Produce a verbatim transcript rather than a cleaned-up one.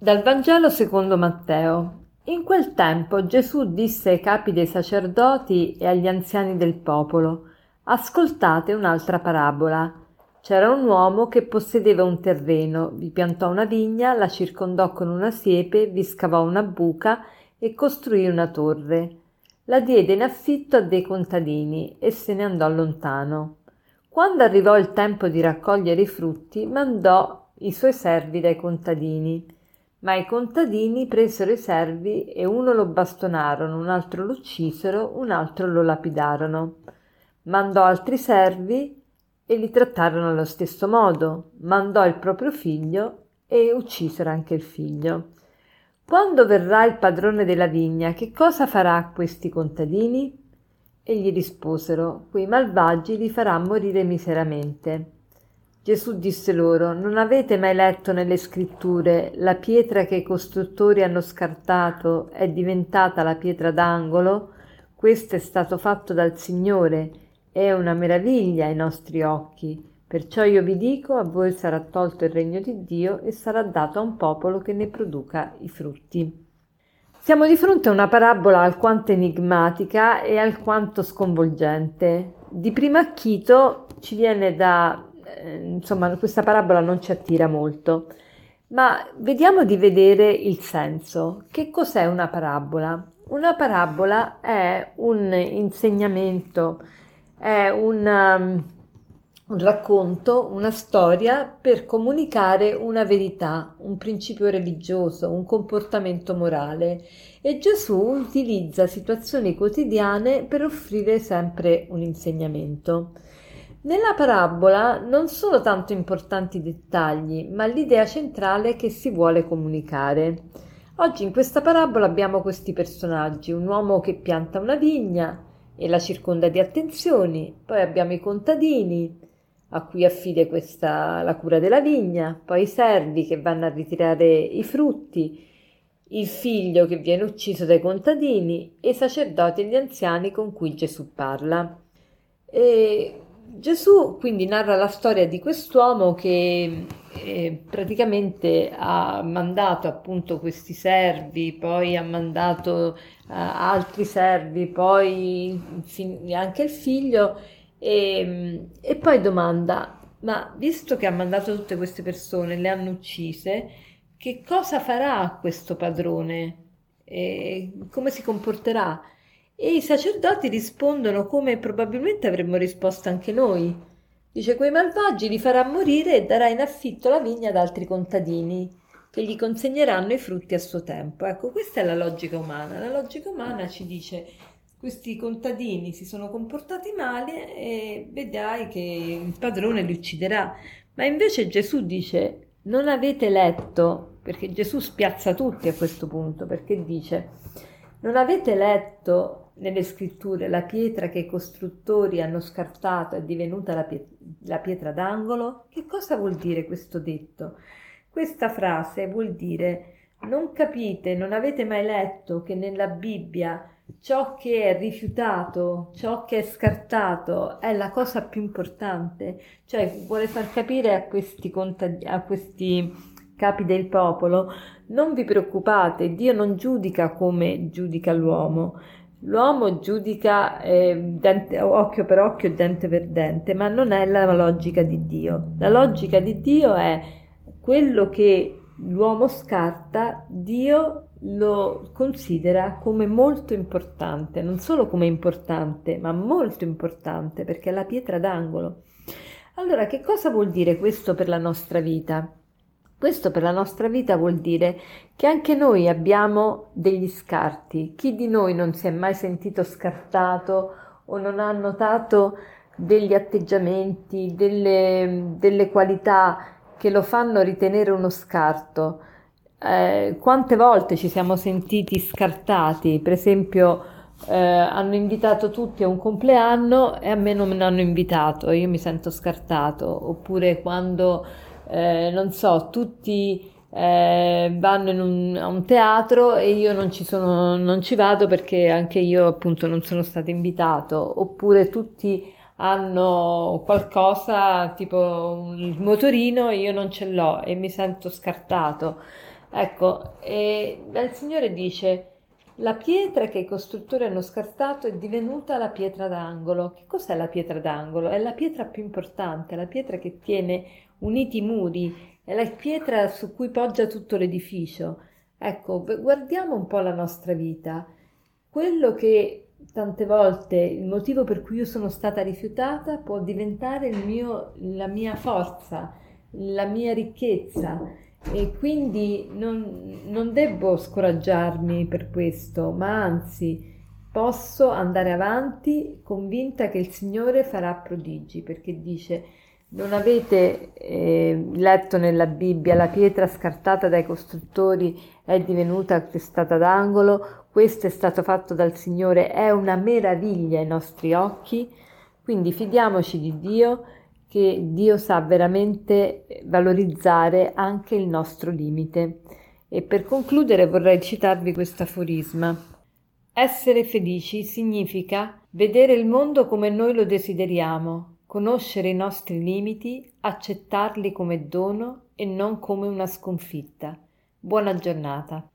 Dal Vangelo secondo Matteo. In quel tempo Gesù disse ai capi dei sacerdoti e agli anziani del popolo: ascoltate un'altra parabola. C'era un uomo che possedeva un terreno, vi piantò una vigna, la circondò con una siepe, vi scavò una buca e costruì una torre. La diede in affitto a dei contadini e se ne andò lontano. Quando arrivò il tempo di raccogliere i frutti, mandò i suoi servi dai contadini. Ma i contadini presero i servi e uno lo bastonarono, un altro lo uccisero, un altro lo lapidarono. Mandò altri servi e li trattarono allo stesso modo. Mandò il proprio figlio e uccisero anche il figlio. Quando verrà il padrone della vigna, che cosa farà a questi contadini? E gli risposero: quei malvagi li farà morire miseramente. Gesù disse loro: non avete mai letto nelle scritture la pietra che i costruttori hanno scartato è diventata la pietra d'angolo? Questo è stato fatto dal Signore, è una meraviglia ai nostri occhi. Perciò io vi dico, a voi sarà tolto il regno di Dio e sarà dato a un popolo che ne produca i frutti. Siamo di fronte a una parabola alquanto enigmatica e alquanto sconvolgente. Di primo acchito ci viene da insomma questa parabola non ci attira molto, ma vediamo di vedere il senso. Che cos'è una parabola? Una parabola è un insegnamento, è un, um, un racconto, una storia per comunicare una verità, un principio religioso, un comportamento morale, e Gesù utilizza situazioni quotidiane per offrire sempre un insegnamento. Nella parabola non sono tanto importanti i dettagli, ma l'idea centrale che si vuole comunicare. Oggi in questa parabola abbiamo questi personaggi: un uomo che pianta una vigna e la circonda di attenzioni, poi abbiamo i contadini a cui affida questa, la cura della vigna, poi i servi che vanno a ritirare i frutti, il figlio che viene ucciso dai contadini e i sacerdoti e gli anziani con cui Gesù parla. E Gesù quindi narra la storia di quest'uomo che eh, praticamente ha mandato appunto questi servi, poi ha mandato eh, altri servi, poi fin- anche il figlio e, e poi domanda: ma visto che ha mandato tutte queste persone, le hanno uccise, che cosa farà questo padrone? E come si comporterà? E i sacerdoti rispondono come probabilmente avremmo risposto anche noi. Dice: quei malvagi li farà morire e darà in affitto la vigna ad altri contadini che gli consegneranno i frutti a suo tempo. Ecco, questa è la logica umana. La logica umana ci dice: questi contadini si sono comportati male e vedrai che il padrone li ucciderà. Ma invece Gesù dice: non avete letto, perché Gesù spiazza tutti a questo punto, perché dice: non avete letto nelle scritture la pietra che i costruttori hanno scartato è divenuta la, pie- la pietra d'angolo? Che cosa vuol dire questo detto? Questa frase vuol dire: non capite, non avete mai letto che nella Bibbia ciò che è rifiutato, ciò che è scartato è la cosa più importante? Cioè vuole far capire a questi, contad- a questi capi del popolo: non vi preoccupate, Dio non giudica come giudica l'uomo. L'uomo giudica eh, dente, occhio per occhio, dente per dente, ma non è la logica di Dio. La logica di Dio è quello che l'uomo scarta, Dio lo considera come molto importante, non solo come importante, ma molto importante, perché è la pietra d'angolo. Allora, che cosa vuol dire questo per la nostra vita? Questo per la nostra vita vuol dire che anche noi abbiamo degli scarti. Chi di noi non si è mai sentito scartato o non ha notato degli atteggiamenti, delle, delle qualità che lo fanno ritenere uno scarto? Eh, quante volte ci siamo sentiti scartati? Per esempio, eh, hanno invitato tutti a un compleanno e a me non mi hanno invitato, io mi sento scartato. Oppure quando Eh, non so, tutti eh, vanno in un, a un teatro e io non ci sono, non ci vado perché anche io appunto non sono stato invitato. Oppure tutti hanno qualcosa tipo il motorino e io non ce l'ho e mi sento scartato. Ecco, e il Signore dice, la pietra che i costruttori hanno scartato è divenuta la pietra d'angolo. Che cos'è la pietra d'angolo? È la pietra più importante, la pietra che tiene uniti i muri, è la pietra su cui poggia tutto l'edificio. Ecco, v- guardiamo un po' la nostra vita. Quello che tante volte il motivo per cui io sono stata rifiutata può diventare il mio, la mia forza, la mia ricchezza. E quindi non, non devo scoraggiarmi per questo, ma anzi posso andare avanti convinta che il Signore farà prodigi, perché dice, non avete eh, letto nella Bibbia, la pietra scartata dai costruttori è divenuta testata d'angolo, questo è stato fatto dal Signore, è una meraviglia ai nostri occhi, quindi fidiamoci di Dio, che Dio sa veramente valorizzare anche il nostro limite. E per concludere vorrei citarvi questo aforisma. Essere felici significa vedere il mondo come noi lo desideriamo, conoscere i nostri limiti, accettarli come dono e non come una sconfitta. Buona giornata.